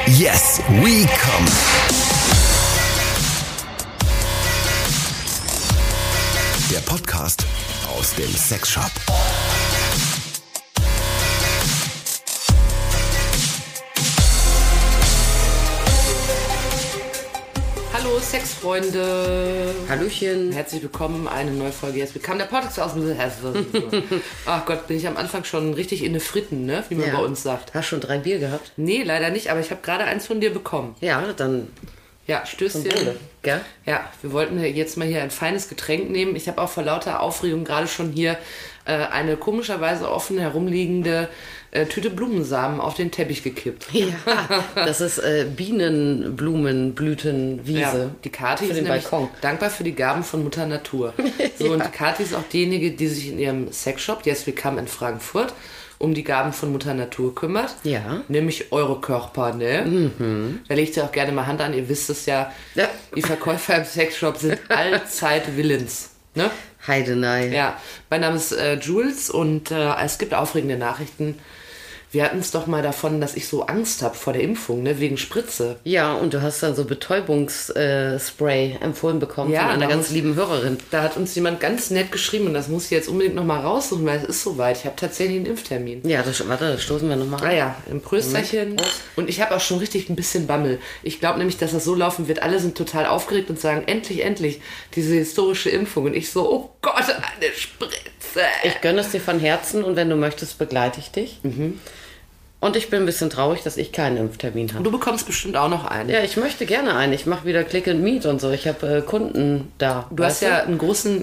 Yes, we come. Der Podcast aus dem Sexshop. Hallo Sexfreunde. Hallöchen. Herzlich willkommen, eine neue Folge. Jetzt bekam der Podcast aus dem Ach Gott, bin ich am Anfang schon richtig in den Fritten, ne? Wie man bei uns sagt. Hast du schon 3 Bier gehabt? Nee, leider nicht, aber ich habe gerade eins von dir bekommen. Ja, dann Ja, Stößchen. gell? Ja, wir wollten jetzt mal hier ein feines Getränk nehmen. Ich habe auch vor lauter Aufregung gerade schon hier eine komischerweise offen herumliegende Tüte Blumensamen auf den Teppich gekippt. Ja, das ist Bienenblumenblütenwiese. Ja, die Kathi für ist den nämlich Balkon. dankbar für die Gaben von Mutter Natur. So, Ja. und die Kathi ist auch diejenige, die sich in ihrem Sexshop, Yes We Come in Frankfurt, um die Gaben von Mutter Natur kümmert. Ja. Nämlich eure Körper, ne? Da legt sie auch gerne mal Hand an. Ihr wisst es ja, Ja. die Verkäufer im Sexshop sind allzeit willens. Ne? Heidenei. Ja, mein Name ist Jules und es gibt aufregende Nachrichten. Wir hatten es doch mal davon, dass ich so Angst habe vor der Impfung, ne, wegen Spritze. Ja, und du hast dann so Betäubungsspray empfohlen bekommen Ja, von einer da ganz muss- lieben Hörerin. Da hat uns jemand ganz nett geschrieben und das muss ich jetzt unbedingt nochmal raussuchen, weil es ist soweit. Ich habe tatsächlich einen Impftermin. Ja, warte, das stoßen wir nochmal an. Naja, ein Prösterchen. Moment. Prost. Und ich habe auch schon richtig ein bisschen Bammel. Ich glaube nämlich, dass das so laufen wird. Alle sind total aufgeregt und sagen, endlich, endlich, diese historische Impfung. Und ich so, oh Gott, eine Spritze. Ich gönne es dir von Herzen und wenn du möchtest, begleite ich dich. Und ich bin ein bisschen traurig, dass ich keinen Impftermin habe. Du bekommst bestimmt auch noch einen. Ja, ich möchte gerne einen. Ich mache wieder Click and Meet und so. Ich habe Kunden da. Du hast ja einen großen,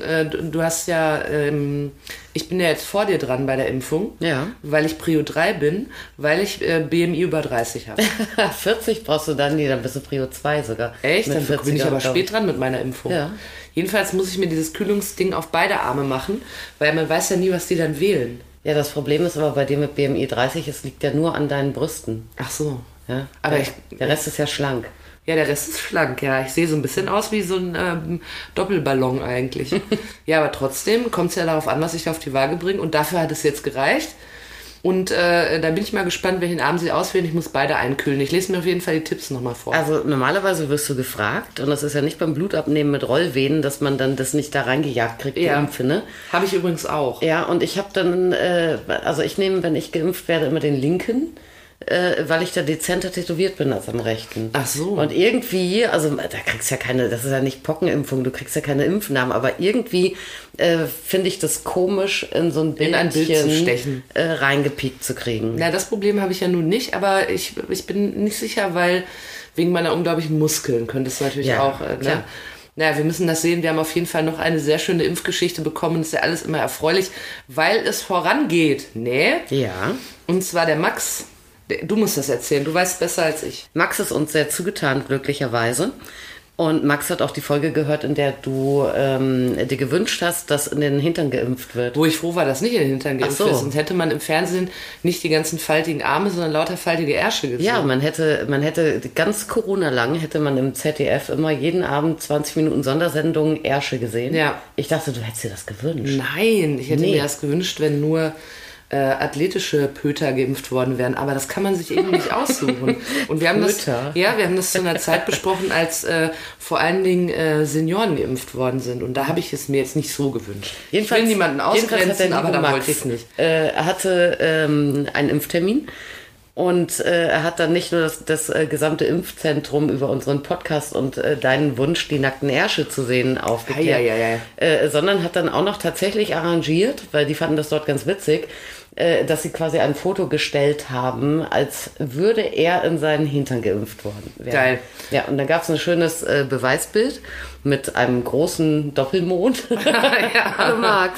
ich bin ja jetzt vor dir dran bei der Impfung, Ja. weil ich Prio 3 bin, weil ich BMI über 30 habe. 40 brauchst du dann, dann bist du Prio 2 sogar. Echt? Mit Dann bin 40 ich aber glaub spät dran mit meiner Impfung. Ja. Jedenfalls muss ich mir dieses Kühlungsding auf beide Arme machen, weil man weiß ja nie, was die dann wählen. Ja, das Problem ist aber bei dir mit BMI 30, es liegt ja nur an deinen Brüsten. Ach so. Ja? Aber der Rest ist ja schlank. Ja, der Rest ist schlank, ja. Ich sehe so ein bisschen aus wie so ein Doppelballon eigentlich. Ja, aber trotzdem kommt es ja darauf an, was ich auf die Waage bringe. Und dafür hat es jetzt gereicht. Und da bin ich mal gespannt, welchen Abend sie auswählen. Ich muss beide einkühlen. Ich lese mir auf jeden Fall die Tipps nochmal vor. Also normalerweise wirst du gefragt, und das ist ja nicht beim Blutabnehmen mit Rollvenen, dass man dann das nicht da reingejagt kriegt, die Ja. Impfe, ne? Habe ich übrigens auch. Ja, und ich habe dann, also ich nehme, wenn ich geimpft werde, immer den linken, weil ich da dezenter tätowiert bin als am rechten. Ach so. Und irgendwie, also da kriegst du ja keine, das ist ja nicht Pockenimpfung, du kriegst ja keine Impfnamen, aber irgendwie finde ich das komisch, in so ein In ein Bild zu Bildchen stechen. reingepiekt zu kriegen. Na, das Problem habe ich ja nun nicht, aber ich bin nicht sicher, weil wegen meiner unglaublichen Muskeln könnte es natürlich Ja, auch. klar. Naja, wir müssen das sehen. Wir haben auf jeden Fall noch eine sehr schöne Impfgeschichte bekommen. Das ist ja alles immer erfreulich, weil es vorangeht. Ne? Ja. Und zwar der Max. Du musst das erzählen. Du weißt besser als ich. Max ist uns sehr zugetan, glücklicherweise. Und Max hat auch die Folge gehört, in der du dir gewünscht hast, dass in den Hintern geimpft wird. Wo ich froh war, dass nicht in den Hintern geimpft Ach so. ist. Sonst hätte man im Fernsehen nicht die ganzen faltigen Arme, sondern lauter faltige Ärsche gesehen. Ja, man hätte ganz Corona lang hätte man im ZDF immer jeden Abend 20 Minuten Sondersendungen Ärsche gesehen. Ja. Ich dachte, du hättest dir das gewünscht. Nein, ich hätte Nee. mir das gewünscht, wenn nur athletische Pöter geimpft worden wären. Aber das kann man sich eben nicht aussuchen. Und wir haben Pöter? wir haben das zu einer Zeit besprochen, als vor allen Dingen Senioren geimpft worden sind. Und da habe ich es mir jetzt nicht so gewünscht. Ich will niemanden ausgrenzen, aber da wollte ich es nicht. Er hatte einen Impftermin. Und er hat dann nicht nur das gesamte Impfzentrum über unseren Podcast und deinen Wunsch, die nackten Ärsche zu sehen, aufgeklärt, sondern hat dann auch noch tatsächlich arrangiert, weil die fanden das dort ganz witzig, dass sie quasi ein Foto gestellt haben, als würde er in seinen Hintern geimpft worden werden. Geil. Ja, und dann gab es ein schönes Beweisbild mit einem großen Doppelmond. Hallo Max.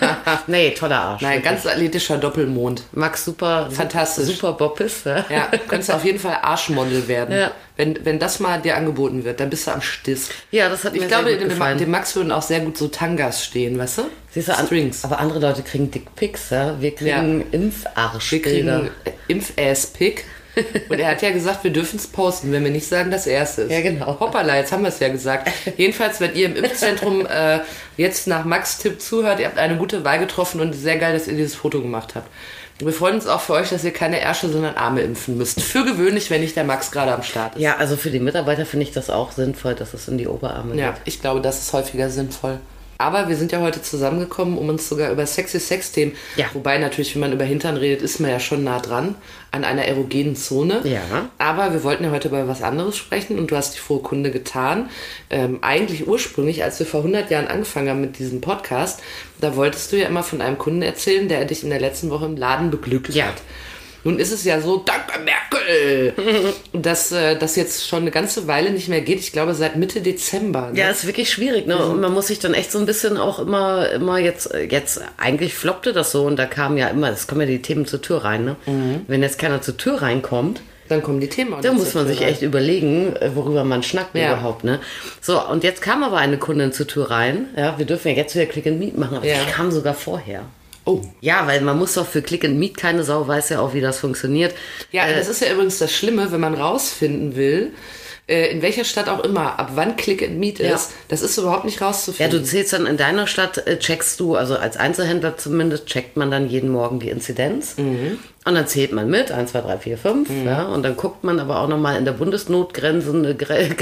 Nee, toller Arsch. Nein, wirklich. ganz athletischer Doppelmond. Max, super. Fantastisch. Super Boppis. Ja. Ja, könntest du auf jeden Fall Arschmodel werden. Ja. Wenn das mal dir angeboten wird, dann bist du am Stiss. Ja, das hat mir Ich glaube, sehr gut gefallen. dem Max würden auch sehr gut so Tangas stehen, weißt du? Siehst du, Strings. aber andere Leute kriegen Dickpics, ja? Wir kriegen Impfarsch. Wir kriegen Impf-Ass-Pick. Und er hat ja gesagt, wir dürfen es posten, wenn wir nicht sagen, dass er es ist. Ja, genau. Hoppala, jetzt haben wir es ja gesagt. Jedenfalls, wenn ihr im Impfzentrum jetzt nach Max Tipp zuhört, ihr habt eine gute Wahl getroffen und sehr geil, dass ihr dieses Foto gemacht habt. Wir freuen uns auch für euch, dass ihr keine Ärsche, sondern Arme impfen müsst. Für gewöhnlich, wenn nicht der Max gerade am Start ist. Ja, also für die Mitarbeiter finde ich das auch sinnvoll, dass es in die Oberarme geht. Ja, ich glaube, das ist häufiger sinnvoll. Aber wir sind ja heute zusammengekommen, um uns sogar über sexy Sex-Themen, wobei natürlich, wenn man über Hintern redet, ist man ja schon nah dran, an einer erogenen Zone. Ja. Aber wir wollten ja heute über was anderes sprechen und du hast die frohe Kunde getan. Eigentlich ursprünglich, als wir vor 100 Jahren angefangen haben mit diesem Podcast, da wolltest du ja immer von einem Kunden erzählen, der dich in der letzten Woche im Laden beglückt hat. Nun ist es ja so, danke Merkel, dass das jetzt schon eine ganze Weile nicht mehr geht. Ich glaube, seit Mitte Dezember. Ne? Ja, ist wirklich schwierig. Ne? Und man muss sich dann echt so ein bisschen auch immer jetzt eigentlich floppte das so. Und da kamen ja die Themen zur Tür rein. Ne? Wenn jetzt keiner zur Tür reinkommt, dann kommen die Themen auch. Da muss man sich echt überlegen, worüber man schnackt überhaupt. Ne? So, und jetzt kam aber eine Kundin zur Tür rein. Ja, wir dürfen ja jetzt wieder Click and Meet machen, aber die kam sogar vorher. Oh. Ja, weil man muss doch für Click and Meet, keine Sau weiß ja auch, wie das funktioniert. Ja, das ist ja übrigens das Schlimme, wenn man rausfinden will, in welcher Stadt auch immer, ab wann Click and Meet ist, das ist überhaupt nicht rauszufinden. Ja, du zählst dann in deiner Stadt, checkst du, also als Einzelhändler zumindest, checkt man dann jeden Morgen die Inzidenz. Und dann zählt man mit, 1, 2, 3, 4, 5. Ja, und dann guckt man aber auch nochmal in der Bundesnotgrenze,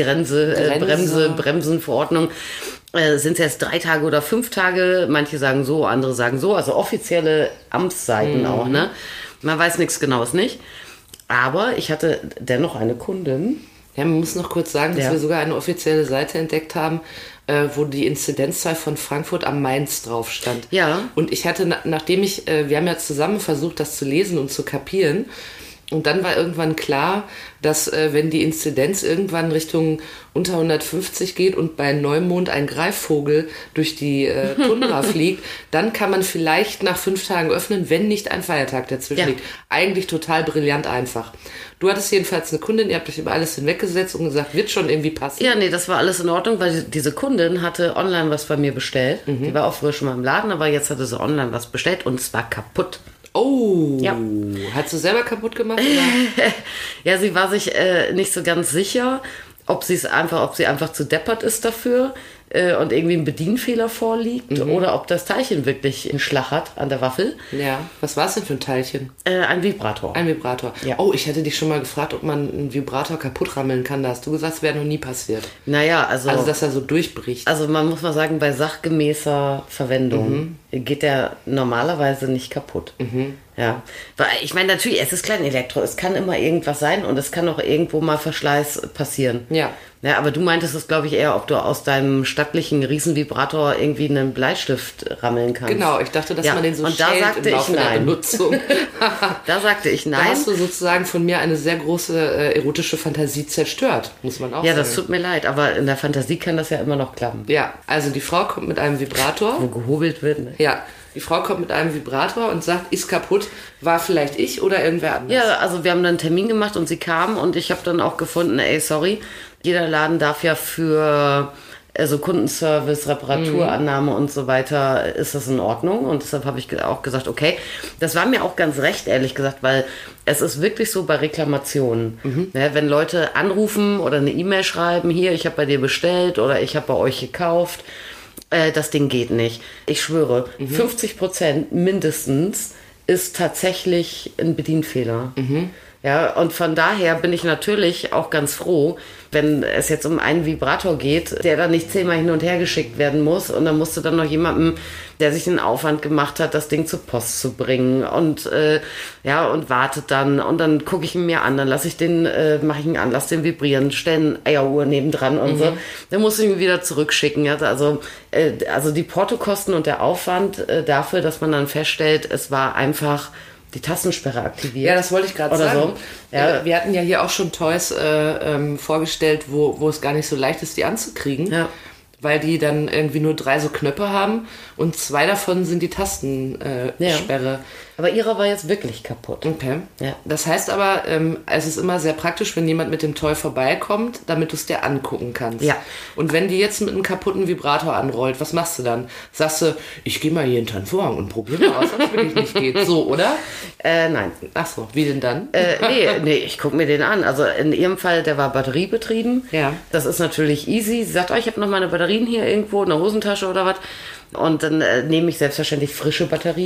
Bremsenverordnung, sind es jetzt 3 Tage oder 5 Tage? Manche sagen so, andere sagen so. Also offizielle Amtsseiten auch, ne? Man weiß nichts Genaues nicht. Aber ich hatte dennoch eine Kundin. Ja, man muss noch kurz sagen, dass wir sogar eine offizielle Seite entdeckt haben, wo die Inzidenzzahl von Frankfurt am Main drauf stand. Ja. Und ich hatte, nachdem wir haben ja zusammen versucht, das zu lesen und zu kapieren. Und dann war irgendwann klar, dass wenn die Inzidenz irgendwann Richtung unter 150 geht und bei Neumond ein Greifvogel durch die Tundra fliegt, dann kann man vielleicht nach 5 Tagen öffnen, wenn nicht ein Feiertag dazwischen liegt. Eigentlich total brillant einfach. Du hattest jedenfalls eine Kundin, ihr habt euch über alles hinweggesetzt und gesagt, wird schon irgendwie passen. Ja, nee, das war alles in Ordnung, weil diese Kundin hatte online was bei mir bestellt. Die war auch früher schon mal im Laden, aber jetzt hatte sie online was bestellt und es war kaputt. Oh, hat sie selber kaputt gemacht? Oder? Ja, sie war sich nicht so ganz sicher, ob sie einfach zu deppert ist dafür und irgendwie ein Bedienfehler vorliegt oder ob das Teilchen wirklich einen Schlag hat an der Waffel. Ja, was war es denn für ein Teilchen? Ein Vibrator. Ein Vibrator. Ja. Oh, ich hätte dich schon mal gefragt, ob man einen Vibrator kaputt rammeln kann. Da hast du gesagt, es wäre noch nie passiert. Naja, also dass er so durchbricht. Also man muss mal sagen, bei sachgemäßer Verwendung geht der normalerweise nicht kaputt. Ja, weil ich meine natürlich, es ist klein Elektro, es kann immer irgendwas sein und es kann auch irgendwo mal Verschleiß passieren. Ja. Ja, aber du meintest es, glaube ich, eher, ob du aus deinem stattlichen Riesenvibrator irgendwie einen Bleistift rammeln kannst. Genau, ich dachte, dass man den so und da sagte im Laufe ich nein. der Benutzung. Da sagte ich nein. Da hast du sozusagen von mir eine sehr große erotische Fantasie zerstört, muss man auch sagen. Ja, das tut mir leid, aber in der Fantasie kann das ja immer noch klappen. Ja, also die Frau kommt mit einem Vibrator. Wo gehobelt wird, ne? Ja, die Frau kommt mit einem Vibrator und sagt, ist kaputt, war vielleicht ich oder irgendwer anders. Ja, also wir haben dann einen Termin gemacht und sie kam und ich habe dann auch gefunden, sorry, jeder Laden darf ja für Kundenservice, Reparaturannahme und so weiter, ist das in Ordnung. Und deshalb habe ich auch gesagt, okay, das war mir auch ganz recht, ehrlich gesagt, weil es ist wirklich so bei Reklamationen. Ja, wenn Leute anrufen oder eine E-Mail schreiben, hier, ich habe bei dir bestellt oder ich habe bei euch gekauft, das Ding geht nicht. Ich schwöre, 50% mindestens ist tatsächlich ein Bedienfehler. Ja, und von daher bin ich natürlich auch ganz froh, wenn es jetzt um einen Vibrator geht, der dann nicht 10-mal hin und her geschickt werden muss und dann musst du dann noch jemandem, der sich den Aufwand gemacht hat, das Ding zur Post zu bringen und und wartet dann und dann gucke ich ihn mir an, dann mache ich ihn an, lass den vibrieren, stelle eine Eieruhr nebendran und so. Dann muss ich ihn wieder zurückschicken. Ja? Also die Portokosten und der Aufwand dafür, dass man dann feststellt, es war einfach die Tastensperre aktiviert. Ja, das wollte ich gerade sagen. So. Ja. Wir hatten ja hier auch schon Toys vorgestellt, wo es gar nicht so leicht ist, die anzukriegen. Ja. Weil die dann irgendwie nur 3 so Knöpfe haben und 2 davon sind die Tastensperre. Aber ihre war jetzt wirklich kaputt. Okay. Ja. Das heißt aber, es ist immer sehr praktisch, wenn jemand mit dem Toy vorbeikommt, damit du es dir angucken kannst. Ja. Und wenn die jetzt mit einem kaputten Vibrator anrollt, was machst du dann? Sagst du, ich gehe mal hier hinter den Vorhang und probiere mal aus, ob es wirklich nicht geht. So, oder? Nein. Ach so, wie denn dann? Nee, ich gucke mir den an. Also in ihrem Fall, der war batteriebetrieben. Ja. Das ist natürlich easy. Sie sagt, ich habe noch meine Batterien hier irgendwo in der Hosentasche oder was. Und dann nehme ich selbstverständlich frische Batterien.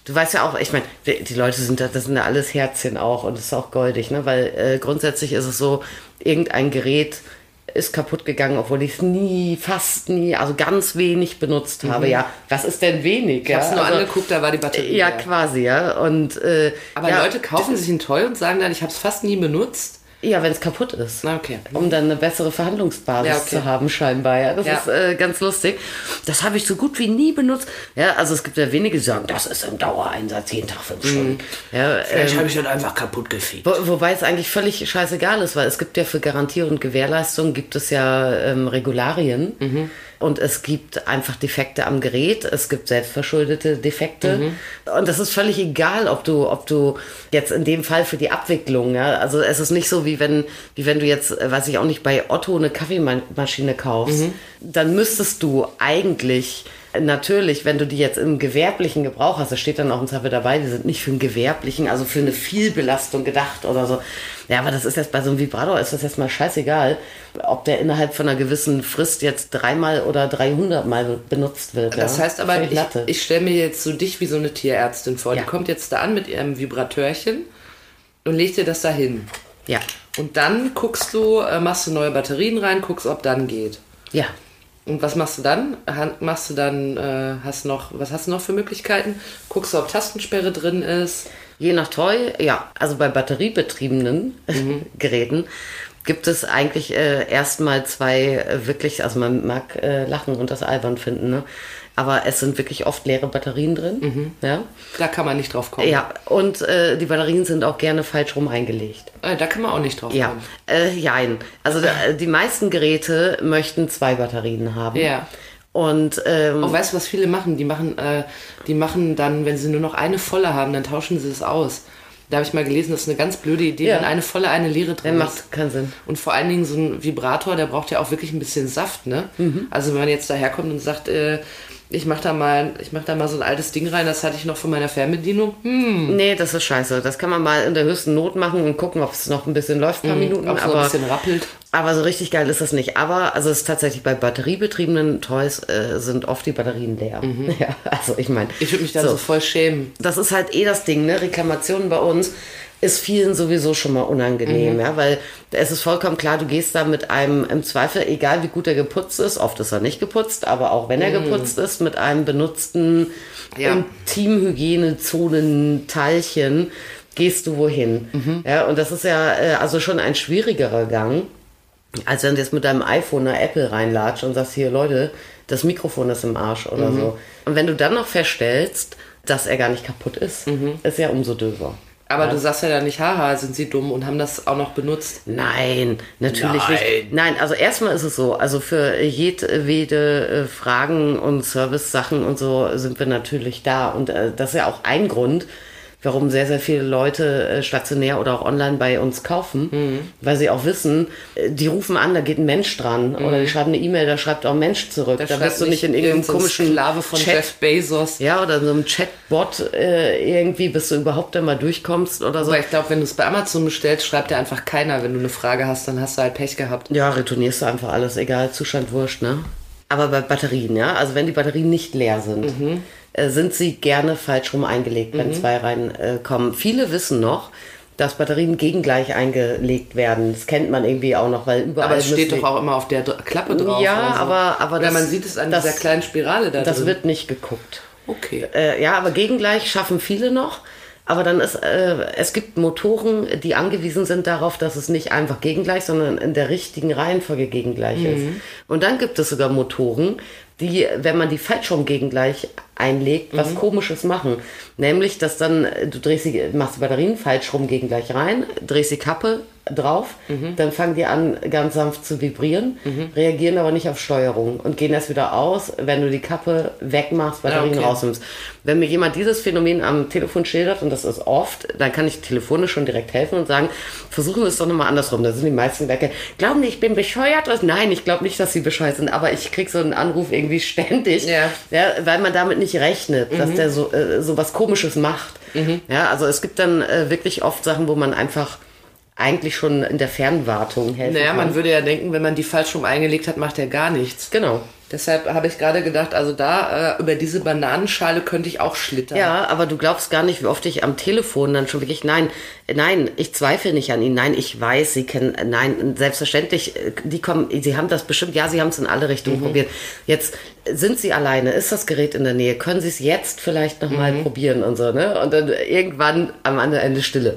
Du weißt ja auch, ich meine, die Leute das sind ja alles Herzchen auch und das ist auch goldig, ne? Weil grundsätzlich ist es so, irgendein Gerät ist kaputt gegangen, obwohl ich es fast nie, also ganz wenig benutzt habe. Ja, was ist denn wenig? Ich habe es nur angeguckt, da war die Batterie. Ja, quasi, ja. Und, aber Leute kaufen sich ein Toy und sagen dann, ich habe es fast nie benutzt. Ja, wenn es kaputt ist. Okay. Um dann eine bessere Verhandlungsbasis zu haben, scheinbar. Ja, das ist ganz lustig. Das habe ich so gut wie nie benutzt. Ja, also es gibt ja wenige, die sagen, das ist im Dauereinsatz, jeden Tag 5 Stunden. Ja, vielleicht habe ich dann einfach kaputt gefickt. Wobei es eigentlich völlig scheißegal ist, weil es gibt ja für Garantie und Gewährleistung gibt es ja Regularien. Und es gibt einfach Defekte am Gerät, es gibt selbstverschuldete Defekte. Und das ist völlig egal, ob du jetzt in dem Fall für die Abwicklung, ja, also es ist nicht so, wie wenn du jetzt, weiß ich auch nicht, bei Otto eine Kaffeemaschine kaufst, dann müsstest du eigentlich natürlich, wenn du die jetzt im gewerblichen Gebrauch hast, da steht dann auch ein Zweifel dabei, die sind nicht für einen gewerblichen, also für eine Vielbelastung gedacht oder so. Ja, aber das ist jetzt bei so einem Vibrator, ist das jetzt mal scheißegal, ob der innerhalb von einer gewissen Frist jetzt 3-mal oder 300-mal benutzt wird. Das heißt aber, ich stelle mir jetzt so dich wie so eine Tierärztin vor. Die kommt jetzt da an mit ihrem Vibratörchen und legt dir das da hin. Ja. Und dann guckst du, machst du neue Batterien rein, guckst, ob dann geht. Ja. Und was machst du dann? Was hast du noch für Möglichkeiten? Guckst du, ob Tastensperre drin ist? Je nach Toy, ja. Also bei batteriebetriebenen Geräten gibt es eigentlich erstmal 2 wirklich, also man mag lachen und das albern finden, ne? Aber es sind wirklich oft leere Batterien drin. Ja? Da kann man nicht drauf kommen. Ja, und die Batterien sind auch gerne falsch rum eingelegt. Da kann man auch nicht drauf kommen. Jein. Also die meisten Geräte möchten 2 Batterien haben. Ja. Und weißt du, was viele machen? Die machen dann, wenn sie nur noch eine volle haben, dann tauschen sie es aus. Da habe ich mal gelesen, das ist eine ganz blöde Idee, wenn eine volle, eine leere drin ist. Macht keinen Sinn. Und vor allen Dingen so ein Vibrator, der braucht ja auch wirklich ein bisschen Saft, ne? Also wenn man jetzt daherkommt und sagt, ich mach da mal so ein altes Ding rein, das hatte ich noch von meiner Fernbedienung. Nee, das ist scheiße. Das kann man mal in der höchsten Not machen und gucken, ob es noch ein bisschen läuft, ein paar Minuten. Ob es noch ein bisschen rappelt. Aber so richtig geil ist das nicht. Aber also es ist tatsächlich bei batteriebetriebenen Toys sind oft die Batterien leer. Ja, also ich meine. Ich würde mich dann so voll schämen. Das ist halt das Ding, ne? Reklamationen bei uns ist vielen sowieso schon mal unangenehm, ja, weil es ist vollkommen klar, du gehst da mit einem, im Zweifel, egal wie gut er geputzt ist, oft ist er nicht geputzt, aber auch wenn er geputzt ist, mit einem benutzten Intimhygiene-Zonen-Teilchen gehst du wohin. Ja, und das ist ja also schon ein schwierigerer Gang, als wenn du jetzt mit deinem iPhone eine Apple reinlatscht und sagst, hier Leute, das Mikrofon ist im Arsch oder so. Und wenn du dann noch feststellst, dass er gar nicht kaputt ist, ist ja umso döver. Aber du sagst ja dann nicht, haha, sind sie dumm und haben das auch noch benutzt. Nein, natürlich nicht. Nein, also erstmal ist es so, also für jedwede Fragen und Service-Sachen und so sind wir natürlich da. Und das ist ja auch ein Grund, warum sehr, sehr viele Leute stationär oder auch online bei uns kaufen, weil sie auch wissen, die rufen an, da geht ein Mensch dran oder die schreiben eine E-Mail, da schreibt auch ein Mensch zurück. Da bist du nicht in irgendeinem komischen Sklave von Chat, Jeff Bezos. Ja, oder so einem Chatbot irgendwie, bis du überhaupt einmal durchkommst oder so. Aber ich glaube, wenn du es bei Amazon bestellst, schreibt dir einfach keiner. Wenn du eine Frage hast, dann hast du halt Pech gehabt. Ja, retournierst du einfach alles, egal, Zustand wurscht, ne? Aber bei Batterien, ja, also wenn die Batterien nicht leer sind sie gerne falsch rum eingelegt, wenn 2 reinkommen. Viele wissen noch, dass Batterien gegengleich eingelegt werden. Das kennt man irgendwie auch noch, weil überall... Aber es steht doch auch immer auf der Klappe drauf. Ja, so. aber das, man sieht es an dieser kleinen Spirale da das drin. wird nicht geguckt. Okay. Ja, aber gegengleich schaffen viele noch. Aber dann ist, es gibt Motoren, die angewiesen sind darauf, dass es nicht einfach gegengleich, sondern in der richtigen Reihenfolge gegengleich ist. Und dann gibt es sogar Motoren, die, wenn man die falsch rum gegengleich einlegt, was Komisches machen. Nämlich, dass dann, machst die Batterien falsch rum gegengleich rein, drehst die Kappe drauf, dann fangen die an, ganz sanft zu vibrieren, reagieren aber nicht auf Steuerung und gehen erst wieder aus, wenn du die Kappe wegmachst, Batterien rausnimmst. Wenn mir jemand dieses Phänomen am Telefon schildert, und das ist oft, dann kann ich telefonisch schon direkt helfen und sagen, versuchen wir es doch nochmal andersrum. Da sind die meisten Werke, glauben die, ich bin bescheuert? Nein, ich glaube nicht, dass sie bescheuert sind, aber ich kriege so einen Anruf irgendwie ständig, weil man damit nicht rechnet, dass der so was Komisches macht. Ja, also es gibt dann wirklich oft Sachen, wo man einfach eigentlich schon in der Fernwartung helfen kann. Man würde ja denken, wenn man die falsch rum eingelegt hat, macht er gar nichts. Genau. Deshalb habe ich gerade gedacht, also da über diese Bananenschale könnte ich auch schlittern. Ja, aber du glaubst gar nicht, wie oft ich am Telefon dann schon wirklich, nein, ich zweifle nicht an Ihnen, nein, ich weiß, Sie kennen, nein, selbstverständlich, Sie haben das bestimmt, ja, Sie haben es in alle Richtungen probiert. Jetzt sind Sie alleine, ist das Gerät in der Nähe, können Sie es jetzt vielleicht nochmal probieren und so, ne? Und dann irgendwann am anderen Ende Stille.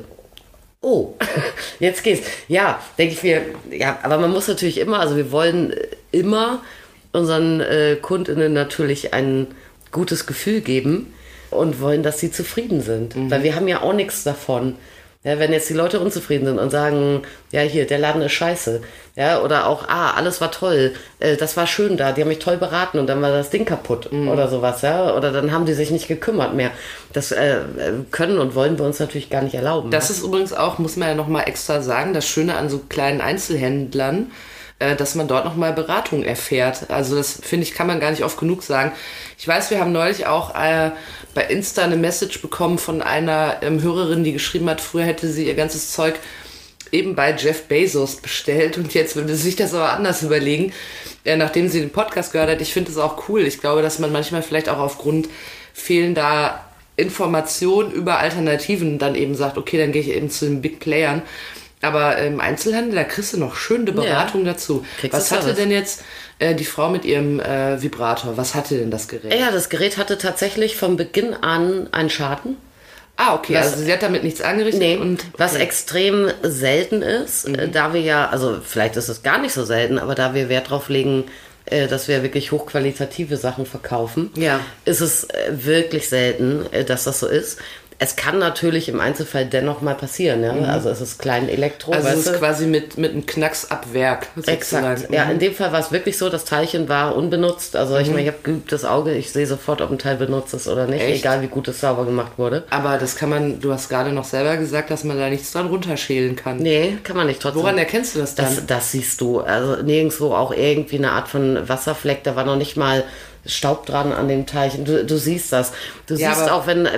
Oh, jetzt geht's. Ja, denke ich mir, ja, aber man muss natürlich immer, also wir wollen immer unseren KundInnen natürlich ein gutes Gefühl geben und wollen, dass sie zufrieden sind. Weil wir haben ja auch nichts davon. Ja, wenn jetzt die Leute unzufrieden sind und sagen, ja, hier, der Laden ist scheiße. Ja, oder auch, alles war toll, das war schön da, die haben mich toll beraten und dann war das Ding kaputt oder sowas, ja. Oder dann haben die sich nicht gekümmert mehr. Das können und wollen wir uns natürlich gar nicht erlauben. Das ist übrigens auch, muss man ja nochmal extra sagen, das Schöne an so kleinen Einzelhändlern, dass man dort nochmal Beratung erfährt. Also das, finde ich, kann man gar nicht oft genug sagen. Ich weiß, wir haben neulich auch bei Insta eine Message bekommen von einer Hörerin, die geschrieben hat, früher hätte sie ihr ganzes Zeug eben bei Jeff Bezos bestellt und jetzt würde sie sich das aber anders überlegen, nachdem sie den Podcast gehört hat. Ich finde es auch cool. Ich glaube, dass man manchmal vielleicht auch aufgrund fehlender Informationen über Alternativen dann eben sagt, okay, dann gehe ich eben zu den Big Playern. Aber im Einzelhandel, da kriegst du noch schön eine Beratung dazu. Was hatte denn jetzt die Frau mit ihrem Vibrator? Was hatte denn das Gerät? Ja, das Gerät hatte tatsächlich von Beginn an einen Schaden. Ah, okay, also sie hat damit nichts angerichtet. Nee, und was extrem selten ist, da wir ja, also vielleicht ist es gar nicht so selten, aber da wir Wert drauf legen, dass wir wirklich hochqualitative Sachen verkaufen, ist es wirklich selten, dass das so ist. Es kann natürlich im Einzelfall dennoch mal passieren, ja. Also es ist klein Elektro. Also es ist quasi mit einem Knacks ab Werk. Exakt. Ja, in dem Fall war es wirklich so, das Teilchen war unbenutzt. Also ich meine, ich habe geübtes Auge, ich sehe sofort, ob ein Teil benutzt ist oder nicht, egal wie gut es sauber gemacht wurde. Aber das kann man, du hast gerade noch selber gesagt, dass man da nichts dran runterschälen kann. Nee, kann man nicht trotzdem. Woran erkennst du das dann? Das siehst du. Also nirgendwo auch irgendwie eine Art von Wasserfleck, da war noch nicht mal Staub dran an dem Teilchen. Du siehst das. Du siehst auch, wenn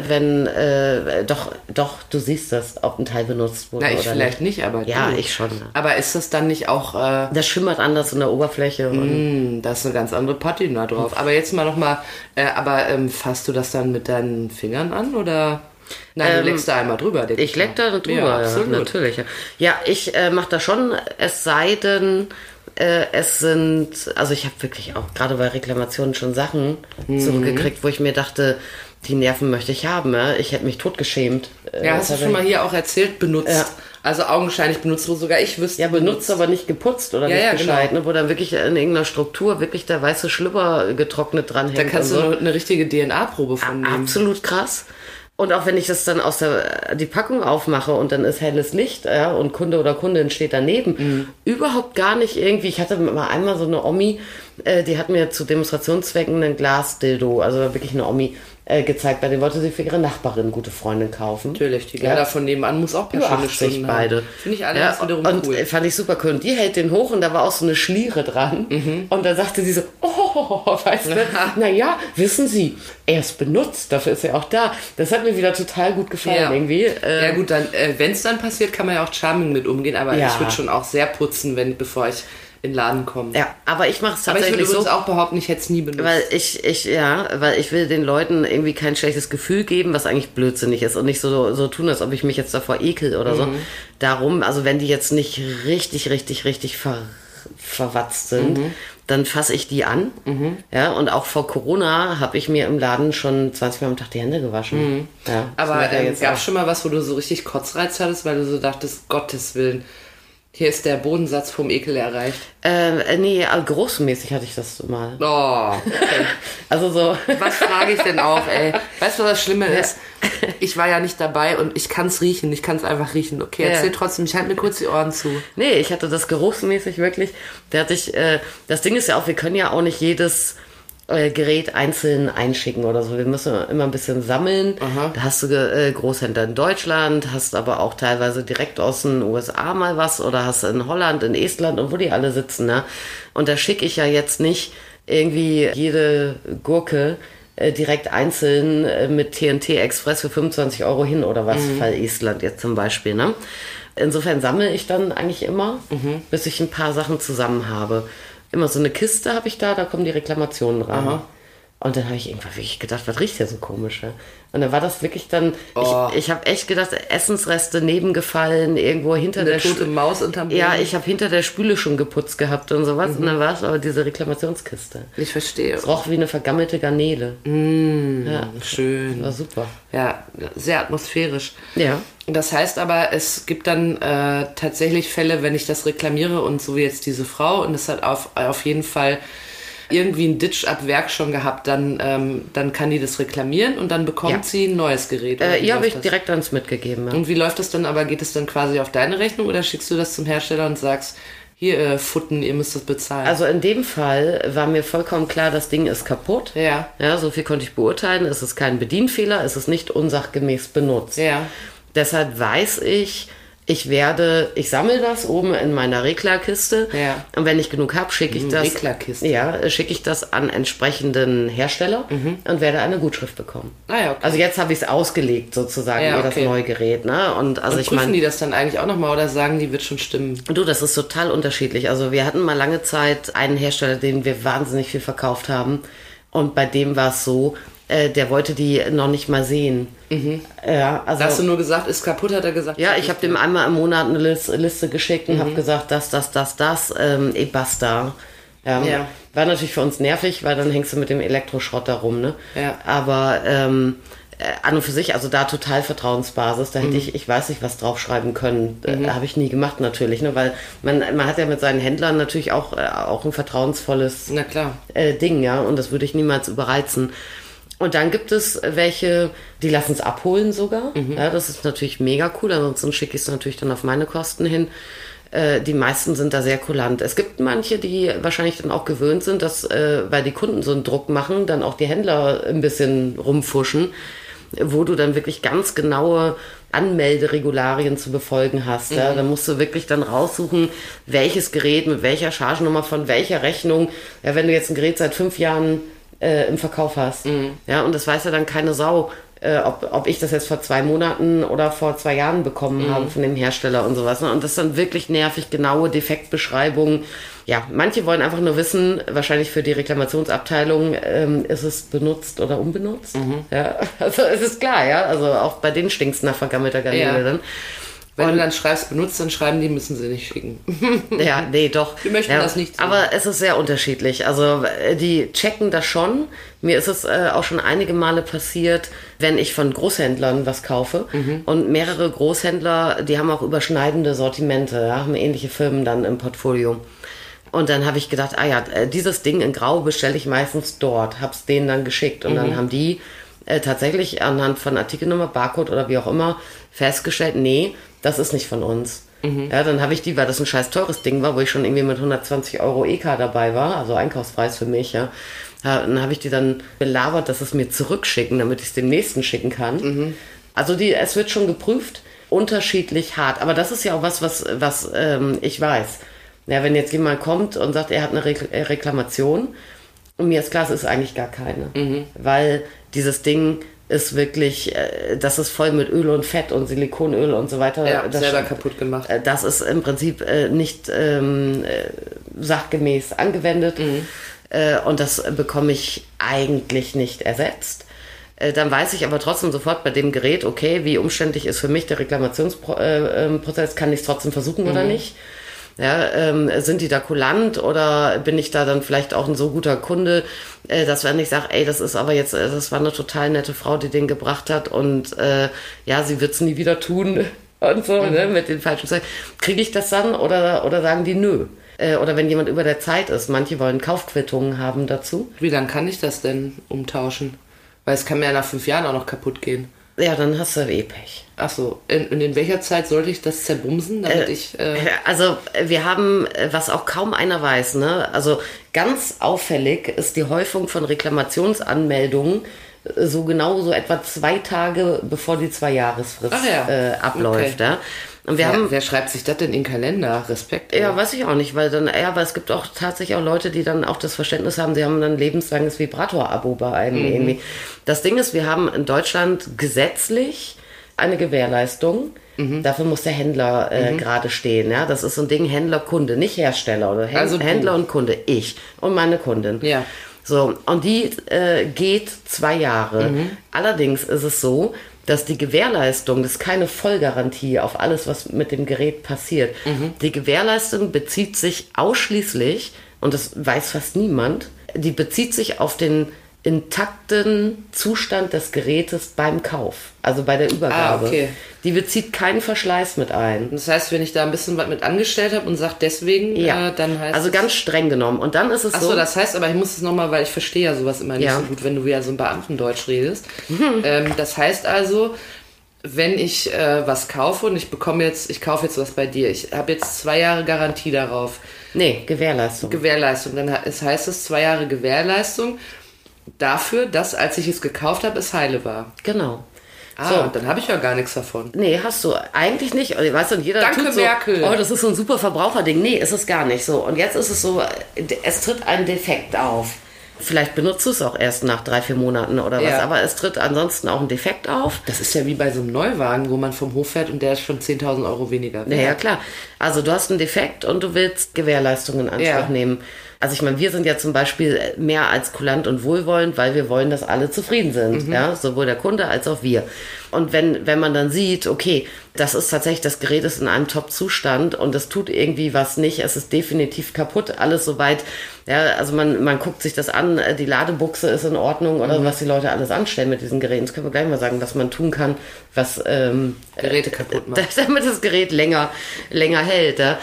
du siehst das, ob ein Teil benutzt wurde. Na, ich oder vielleicht nicht, aber ja, ich schon. Ja. Aber ist das dann nicht auch... das schimmert anders in der Oberfläche. Da ist eine ganz andere Patina drauf. Aber jetzt mal nochmal, fasst du das dann mit deinen Fingern an, oder... Nein, du leckst da einmal drüber. Ich leck da drüber, ja, natürlich. Ja, ich mache das schon, es sei denn... es sind, also ich habe wirklich auch gerade bei Reklamationen schon Sachen zurückgekriegt, wo ich mir dachte, die Nerven möchte ich haben. Ja? Ich hätte mich totgeschämt. Ja, hast du schon mal hier auch erzählt, benutzt. Ja. Also augenscheinlich benutzt, wo sogar ich wüsste. Ja, benutzt, aber nicht geputzt oder nicht gescheit. Genau. Ne? Wo dann wirklich in irgendeiner Struktur wirklich der weiße Schlüpper getrocknet dranhängt. Da kannst du eine richtige DNA-Probe von nehmen. Absolut krass. Und auch wenn ich das dann aus die Packung aufmache und dann ist helles Licht, ja, und Kunde oder Kundin steht daneben, überhaupt gar nicht irgendwie. Ich hatte mal einmal so eine Omi, die hat mir zu Demonstrationszwecken einen Glasdildo, also wirklich eine Omi, gezeigt. Bei dem wollte sie für ihre Nachbarin eine gute Freundin kaufen. Natürlich, die Gerda von nebenan muss auch ein paar schöne Stunden beide. Haben. Finde ich alles wiederum und cool. Fand ich super cool. Und die hält den hoch und da war auch so eine Schliere dran. Und da sagte sie so, weißt du, naja, wissen Sie, er ist benutzt, dafür ist er auch da. Das hat mir wieder total gut gefallen irgendwie. Ja gut, dann, wenn es dann passiert, kann man ja auch charming mit umgehen, aber ich würde schon auch sehr putzen, bevor ich in den Laden komme. Ja, aber ich mache es tatsächlich so. Aber ich würde auch behaupten, ich hätte es nie benutzt. Weil ich will den Leuten irgendwie kein schlechtes Gefühl geben, was eigentlich blödsinnig ist und nicht so tun, als ob ich mich jetzt davor ekel oder so. Darum, also wenn die jetzt nicht richtig verwatzt sind, dann fasse ich die an. Ja, und auch vor Corona habe ich mir im Laden schon 20 Mal am Tag die Hände gewaschen. Ja, aber gab es schon mal was, wo du so richtig Kotzreiz hattest, weil du so dachtest, Gottes Willen, hier ist der Bodensatz vom Ekel erreicht? Nee, großmäßig hatte ich das mal. Oh, okay. Also so. Was frage ich denn auch, ey? Weißt du, was das Schlimme ist? Ich war ja nicht dabei und ich kann es riechen. Ich kann es einfach riechen. Okay, erzähl trotzdem. Ich halte mir kurz die Ohren zu. Nee, ich hatte das geruchsmäßig wirklich. Das Ding ist ja auch, wir können ja auch nicht jedes Gerät einzeln einschicken oder so. Wir müssen immer ein bisschen sammeln. Aha. Da hast du Großhändler in Deutschland, hast aber auch teilweise direkt aus den USA mal was oder hast in Holland, in Estland und wo die alle sitzen. Ne? Und da schicke ich ja jetzt nicht irgendwie jede Gurke direkt einzeln mit TNT Express für 25 € hin oder was, Fall Estland jetzt zum Beispiel. Ne? Insofern sammle ich dann eigentlich immer, bis ich ein paar Sachen zusammen habe. immer so eine Kiste habe ich da kommen die Reklamationen rein. Aha. Und dann habe ich irgendwann wirklich gedacht, was riecht ja so komisch? Ja? Und dann war das wirklich dann, ich habe echt gedacht, Essensreste nebengefallen, irgendwo hinter der tote Maus unterm Boden. Ja, ich habe hinter der Spüle schon geputzt gehabt und sowas. Und dann war es aber diese Reklamationskiste. Ich verstehe. Es roch wie eine vergammelte Garnele. Ja, schön. War super. Ja, sehr atmosphärisch. Ja. Das heißt aber, es gibt dann tatsächlich Fälle, wenn ich das reklamiere und so wie jetzt diese Frau und es hat auf jeden Fall irgendwie ein Ditch ab Werk schon gehabt, dann kann die das reklamieren und dann bekommt sie ein neues Gerät. Ja, habe ich direkt ans mitgegeben. Ja. Und wie läuft das dann aber? Geht es dann quasi auf deine Rechnung oder schickst du das zum Hersteller und sagst, hier, Futten, ihr müsst das bezahlen? Also in dem Fall war mir vollkommen klar, das Ding ist kaputt. Ja. Ja, so viel konnte ich beurteilen. Es ist kein Bedienfehler, es ist nicht unsachgemäß benutzt. Ja. Deshalb weiß ich sammle das oben in meiner Reglerkiste. Ja. Und wenn ich genug habe, schicke ich das. Reglerkiste. Ja, schicke ich das an entsprechenden Hersteller und werde eine Gutschrift bekommen. Ah ja, okay. Also jetzt habe ich es ausgelegt sozusagen, das neue Gerät. Ne? Und also und prüfen die das dann eigentlich auch nochmal oder sagen, die wird schon stimmen? Du, das ist total unterschiedlich. Also wir hatten mal lange Zeit einen Hersteller, den wir wahnsinnig viel verkauft haben. Und bei dem war es so, der wollte die noch nicht mal sehen. Ja, also, hast du nur gesagt, ist kaputt, hat er gesagt? Ja, ich habe dem einmal im Monat eine Liste geschickt und habe gesagt, das, basta. Ja. War natürlich für uns nervig, weil dann hängst du mit dem Elektroschrott da rum, ne? Ja. Aber an und für sich, also da total Vertrauensbasis, da hätte ich weiß nicht, was draufschreiben können. Habe ich nie gemacht natürlich, ne? Weil man hat ja mit seinen Händlern natürlich auch ein vertrauensvolles Ding, ja, und das würde ich niemals überreizen. Und dann gibt es welche, die lassen es abholen sogar. Ja, das ist natürlich mega cool, ansonsten schicke ich es natürlich dann auf meine Kosten hin. Die meisten sind da sehr kulant. Es gibt manche, die wahrscheinlich dann auch gewöhnt sind, dass, weil die Kunden so einen Druck machen, dann auch die Händler ein bisschen rumfuschen, wo du dann wirklich ganz genaue Anmelderegularien zu befolgen hast. Ja? Da musst du wirklich dann raussuchen, welches Gerät mit welcher Chargennummer von welcher Rechnung. Ja, wenn du jetzt ein Gerät seit 5 Jahren im Verkauf hast. Ja, und das weiß ja dann keine Sau, ob ich das jetzt vor 2 Monaten oder vor 2 Jahren bekommen habe von dem Hersteller und sowas. Ne? Und das ist dann wirklich nervig, genaue Defektbeschreibungen. Ja, manche wollen einfach nur wissen, wahrscheinlich für die Reklamationsabteilung, ist es benutzt oder unbenutzt? Ja, also es ist klar, ja, also auch bei denen stinkt es nach vergammelter Garnele dann. Wenn du dann schreibst, benutzt, dann schreiben die, müssen sie nicht schicken. Ja, nee, doch. Wir möchten das nicht sehen. Aber es ist sehr unterschiedlich. Also die checken das schon. Mir ist es auch schon einige Male passiert, wenn ich von Großhändlern was kaufe. Und mehrere Großhändler, die haben auch überschneidende Sortimente, haben ähnliche Firmen dann im Portfolio. Und dann habe ich gedacht, dieses Ding in Grau bestelle ich meistens dort. Hab's denen dann geschickt. Und dann haben die tatsächlich anhand von Artikelnummer, Barcode oder wie auch immer festgestellt, nee, das ist nicht von uns. Ja, dann habe ich weil das ein scheiß teures Ding war, wo ich schon irgendwie mit 120 € EK dabei war, also Einkaufspreis für mich, ja. Dann habe ich die dann belabert, dass es mir zurückschicken, damit ich es dem nächsten schicken kann. Also es wird schon geprüft, unterschiedlich hart. Aber das ist ja auch was ich weiß. Ja, wenn jetzt jemand kommt und sagt, er hat eine Reklamation, und mir ist klar, es ist eigentlich gar keine. Weil dieses Ding ist wirklich, das ist voll mit Öl und Fett und Silikonöl und so weiter. Ja, das selber kaputt gemacht. Das ist im Prinzip nicht sachgemäß angewendet. Und das bekomme ich eigentlich nicht ersetzt. Dann weiß ich aber trotzdem sofort bei dem Gerät, okay, wie umständlich ist für mich der Reklamationsprozess, kann ich es trotzdem versuchen oder nicht? Ja, sind die da kulant oder bin ich da dann vielleicht auch ein so guter Kunde, dass wenn ich sage, das ist aber jetzt, das war eine total nette Frau, die den gebracht hat und sie wird es nie wieder tun und so, ne, mit den falschen Zeichen. Kriege ich das dann oder sagen die nö? Oder wenn jemand über der Zeit ist, manche wollen Kaufquittungen haben dazu. Wie lange kann ich das denn umtauschen? Weil es kann mir ja nach 5 Jahren auch noch kaputt gehen. Ja, dann hast du Pech. Ach so, in welcher Zeit sollte ich das zerbumsen, damit Also wir haben, was auch kaum einer weiß, ne? Also ganz auffällig ist die Häufung von Reklamationsanmeldungen so etwa 2 Tage bevor die 2-Jahresfrist abläuft. Okay. Ja? Und wer schreibt sich das denn in den Kalender? Respekt. Ja, weiß ich auch nicht, weil es gibt auch tatsächlich auch Leute, die dann auch das Verständnis haben, sie haben dann ein lebenslanges Vibrator-Abo bei einem irgendwie. Das Ding ist, wir haben in Deutschland gesetzlich eine Gewährleistung. Dafür muss der Händler gerade stehen. Ja? Das ist so ein Ding, Händler-Kunde, nicht Hersteller. Oder Händler und Kunde, ich und meine Kundin. Ja. So, und die geht 2 Jahre. Allerdings ist es so, dass die Gewährleistung, das ist keine Vollgarantie auf alles, was mit dem Gerät passiert. Die Gewährleistung bezieht sich ausschließlich, und das weiß fast niemand, die bezieht sich auf den intakten Zustand des Gerätes beim Kauf, also bei der Übergabe. Okay. Die bezieht keinen Verschleiß mit ein. Das heißt, wenn ich da ein bisschen was mit angestellt habe und sage deswegen, dann heißt also ganz streng genommen. Und dann ist es so... Achso, das heißt, aber ich muss es nochmal, weil ich verstehe ja sowas immer nicht so gut, wenn du wieder so ein Beamtendeutsch redest. Das heißt also, wenn ich was kaufe und ich kaufe jetzt was bei dir, ich habe jetzt 2 Jahre Garantie darauf. Nee, Gewährleistung. Dann heißt es 2 Jahre Gewährleistung dafür, dass, als ich es gekauft habe, es heile war. Genau. So, dann habe ich ja gar nichts davon. Nee, hast du eigentlich nicht. Weißt du, und jeder Danke, tut so, Merkel. Oh, das ist so ein super Verbraucherding. Nee, ist es gar nicht so. Und jetzt ist es so, es tritt ein Defekt auf. Vielleicht benutzt du es auch erst nach 3-4 Monaten oder was, aber es tritt ansonsten auch ein Defekt auf. Das ist ja wie bei so einem Neuwagen, wo man vom Hof fährt und der ist schon 10.000 Euro weniger wert. Ja, klar. Also du hast einen Defekt und du willst Gewährleistungen in Anspruch nehmen. Also ich meine, wir sind ja zum Beispiel mehr als kulant und wohlwollend, weil wir wollen, dass alle zufrieden sind. Ja, sowohl der Kunde als auch wir. Und wenn man dann sieht, okay, das ist tatsächlich, das Gerät ist in einem Top-Zustand und es tut irgendwie was nicht, es ist definitiv kaputt, alles soweit. Ja, also man guckt sich das an, die Ladebuchse ist in Ordnung oder was die Leute alles anstellen mit diesen Geräten. Das können wir gleich mal sagen, was man tun kann, was Geräte kaputt macht. Damit das Gerät länger hält. Ja.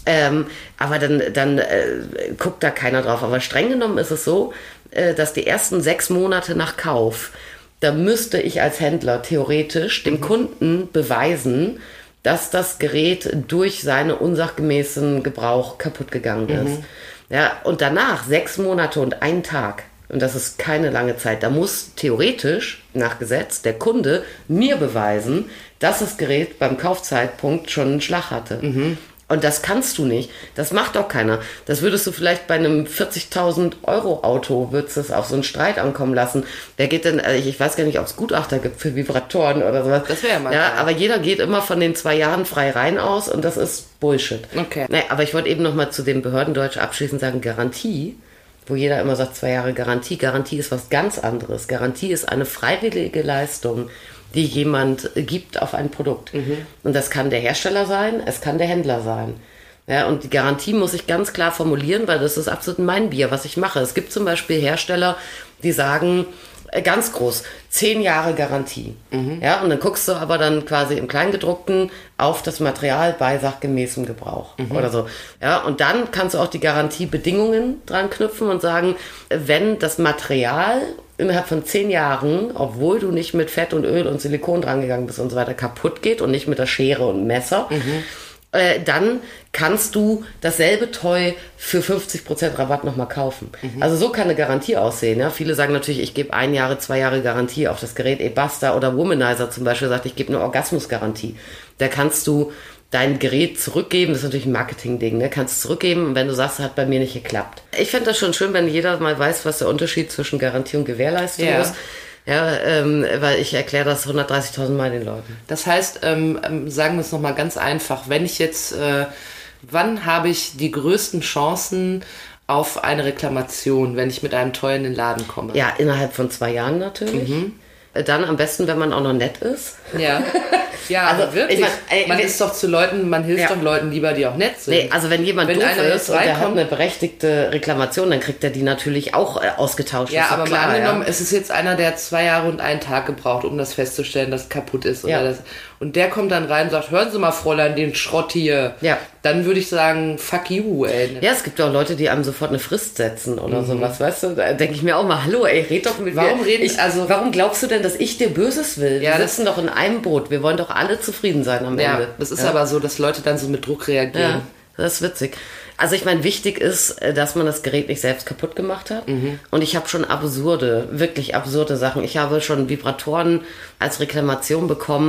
Aber dann guckt da keiner drauf. Aber streng genommen ist es so, dass die ersten 6 Monate nach Kauf, da müsste ich als Händler theoretisch dem Kunden beweisen, dass das Gerät durch seinen unsachgemäßen Gebrauch kaputt gegangen ist. Ja, und danach 6 Monate und 1 Tag, und das ist keine lange Zeit, da muss theoretisch nach Gesetz der Kunde mir beweisen, dass das Gerät beim Kaufzeitpunkt schon einen Schlag hatte. Und das kannst du nicht. Das macht doch keiner. Das würdest du vielleicht bei einem 40.000 Euro Auto, würdest du es auf so einen Streit ankommen lassen. Wer geht denn, ich weiß gar nicht, ob es Gutachter gibt für Vibratoren oder sowas. Das wäre ja mal. Ja, aber jeder geht immer von den 2 Jahren frei rein aus und das ist Bullshit. Okay. Nee, aber ich wollte eben noch mal zu dem Behördendeutsch abschließend sagen, Garantie, wo jeder immer sagt 2 Jahre Garantie. Garantie ist was ganz anderes. Garantie ist eine freiwillige Leistung, die jemand gibt auf ein Produkt. Und das kann der Hersteller sein, es kann der Händler sein. Ja, und die Garantie muss ich ganz klar formulieren, weil das ist absolut mein Bier, was ich mache. Es gibt zum Beispiel Hersteller, die sagen, ganz groß, 10 Jahre Garantie. Ja, und dann guckst du aber dann quasi im Kleingedruckten auf das Material bei sachgemäßem Gebrauch oder so. Ja, und dann kannst du auch die Garantiebedingungen dran knüpfen und sagen, wenn das Material innerhalb von 10 Jahren, obwohl du nicht mit Fett und Öl und Silikon dran gegangen bist und so weiter, kaputt geht und nicht mit der Schere und Messer, dann kannst du dasselbe Toy für 50% Rabatt nochmal kaufen. Also so kann eine Garantie aussehen. Ja? Viele sagen natürlich, ich gebe 1 Jahre, 2 Jahre Garantie auf das Gerät Basta oder Womanizer zum Beispiel sagt, ich gebe eine Orgasmusgarantie. Da kannst du dein Gerät zurückgeben, das ist natürlich ein Marketing-Ding, ne? Kannst du zurückgeben und wenn du sagst, hat bei mir nicht geklappt. Ich fände das schon schön, wenn jeder mal weiß, was der Unterschied zwischen Garantie und Gewährleistung ist. Ja, weil ich erkläre das 130.000 Mal den Leuten. Das heißt, sagen wir es nochmal ganz einfach, wenn ich jetzt, wann habe ich die größten Chancen auf eine Reklamation, wenn ich mit einem Toy in den Laden komme? Ja, innerhalb von 2 Jahren natürlich. Dann am besten, wenn man auch noch nett ist. Ja. Ja, also, aber wirklich. Man ist doch zu Leuten, man hilft doch Leuten lieber, die auch nett sind. Nee, also wenn jemand doof ist und der hat eine berechtigte Reklamation, dann kriegt er die natürlich auch ausgetauscht. Ja, aber klar, mal angenommen, es ist jetzt einer, der 2 Jahre und 1 Tag gebraucht, um das festzustellen, dass es kaputt ist. Oder das, und der kommt dann rein und sagt, hören Sie mal, Fräulein, den Schrott hier. Ja. Dann würde ich sagen, fuck you, ey. Ja, es gibt auch Leute, die einem sofort eine Frist setzen oder sowas, weißt du? Da denke ich mir auch mal, hallo, ey, red doch mit mir. Warum glaubst du denn, dass ich dir Böses will? Wir sitzen doch in einem Boot. Wir wollen doch alle zufrieden sein am Ende. Das ist aber so, dass Leute dann so mit Druck reagieren. Ja, das ist witzig. Also ich meine, wichtig ist, dass man das Gerät nicht selbst kaputt gemacht hat. Und ich habe schon wirklich absurde Sachen. Ich habe schon Vibratoren als Reklamation bekommen,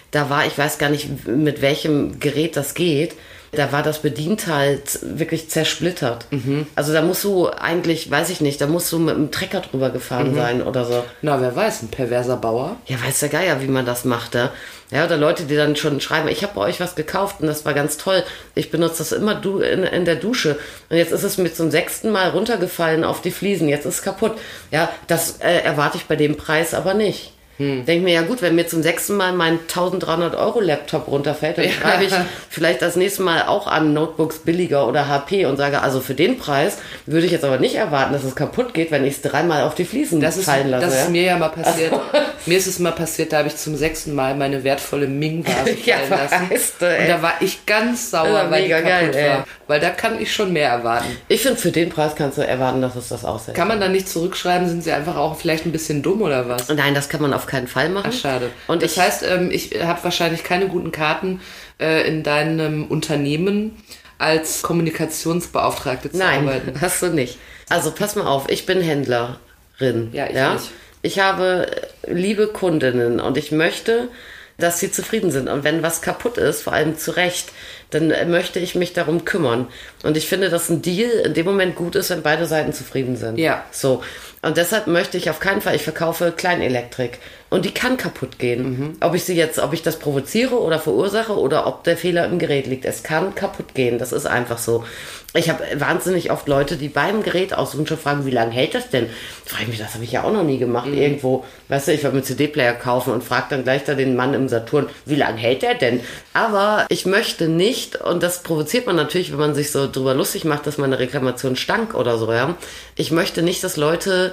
da war, ich weiß gar nicht, mit welchem Gerät das geht, da war das Bedienteil wirklich zersplittert. Also da musst du eigentlich, weiß ich nicht, da musst du mit einem Trecker drüber gefahren sein oder so. Na, wer weiß, ein perverser Bauer. Ja, weiß der Geier, wie man das macht, ja. Ja, oder Leute, die dann schon schreiben, ich habe bei euch was gekauft und das war ganz toll. Ich benutze das immer in der Dusche. Und jetzt ist es mir zum 6. Mal runtergefallen auf die Fliesen. Jetzt ist es kaputt. Ja, das erwarte ich bei dem Preis aber nicht. Denke mir, ja gut, wenn mir zum 6. Mal mein 1300 € Laptop runterfällt, dann schreibe ich vielleicht das nächste Mal auch an Notebooks billiger oder HP und sage, also für den Preis würde ich jetzt aber nicht erwarten, dass es kaputt geht, wenn ich es 3 Mal auf die Fliesen fallen lasse. Das ist mir ja mal passiert. Mir ist es mal passiert, da habe ich zum 6. Mal meine wertvolle Ming-Vase fallen lassen. Und da war ich ganz sauer, weil die kaputt war. Weil da kann ich schon mehr erwarten. Ich finde, für den Preis kannst du erwarten, dass es das aushält. Kann man dann nicht zurückschreiben, sind sie einfach auch vielleicht ein bisschen dumm oder was? Nein, das kann man auf keinen Fall machen. Ach, schade. Und das heißt, ich habe wahrscheinlich keine guten Karten in deinem Unternehmen als Kommunikationsbeauftragte zu arbeiten. Nein, hast du nicht. Also pass mal auf, ich bin Händlerin. Ja, ich nicht. Ich habe liebe Kundinnen und ich möchte, dass sie zufrieden sind. Und wenn was kaputt ist, vor allem zu Recht, dann möchte ich mich darum kümmern. Und ich finde, dass ein Deal in dem Moment gut ist, wenn beide Seiten zufrieden sind. Ja. So. Und deshalb möchte ich auf keinen Fall, ich verkaufe Kleinelektrik. Und die kann kaputt gehen. Ob ich das provoziere oder verursache oder ob der Fehler im Gerät liegt. Es kann kaputt gehen. Das ist einfach so. Ich habe wahnsinnig oft Leute, die beim Gerät aussuchen, schon fragen, wie lange hält das denn? Frage ich mich, das habe ich ja auch noch nie gemacht. Irgendwo, weißt du, ich wollte mir CD-Player kaufen und frage dann gleich da den Mann im Saturn, wie lange hält der denn? Aber ich möchte nicht, und das provoziert man natürlich, wenn man sich so drüber lustig macht, dass meine Reklamation stank oder so, ja. Ich möchte nicht, dass Leute